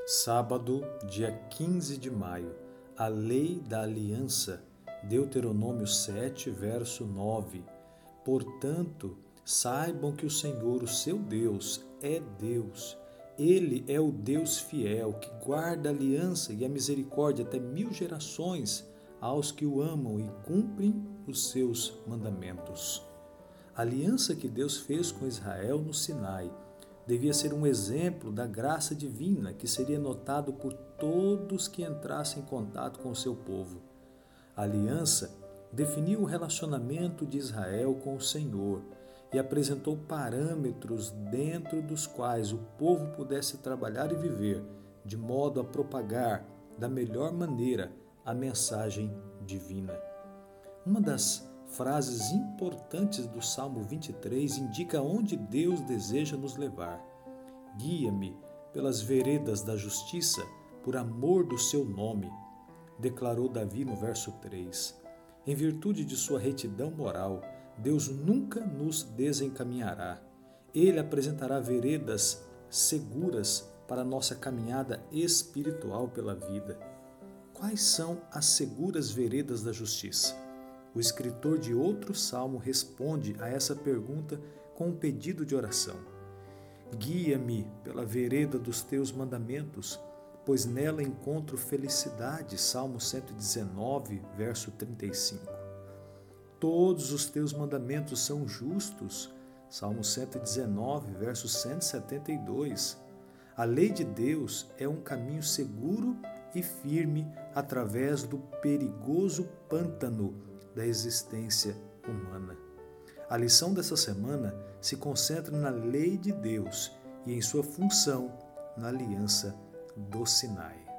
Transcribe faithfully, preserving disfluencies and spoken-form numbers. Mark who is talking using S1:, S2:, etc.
S1: Sábado, dia quinze de maio, a lei da aliança, Deuteronômio sete, verso nove. Portanto, saibam que o Senhor, o seu Deus, é Deus. Ele é o Deus fiel, que guarda a aliança e a misericórdia até mil gerações aos que o amam e cumprem os seus mandamentos. A aliança que Deus fez com Israel no Sinai devia ser um exemplo da graça divina que seria notado por todos que entrassem em contato com o seu povo. A aliança definiu o relacionamento de Israel com o Senhor e apresentou parâmetros dentro dos quais o povo pudesse trabalhar e viver, de modo a propagar da melhor maneira a mensagem divina. Uma das frases importantes do Salmo vinte e três indica onde Deus deseja nos levar. Guia-me pelas veredas da justiça, por amor do seu nome, declarou Davi no verso três. Em virtude de sua retidão moral, Deus nunca nos desencaminhará. Ele apresentará veredas seguras para a nossa caminhada espiritual pela vida. Quais são as seguras veredas da justiça? O escritor de outro salmo responde a essa pergunta com um pedido de oração. Guia-me pela vereda dos teus mandamentos, pois nela encontro felicidade. Salmo cento e dezenove, verso trinta e cinco. Todos os teus mandamentos são justos. Salmo cento e dezenove, verso cento e setenta e dois. A lei de Deus é um caminho seguro e firme através do perigoso pântano da existência humana. A lição dessa semana se concentra na lei de Deus e em sua função na aliança do Sinai.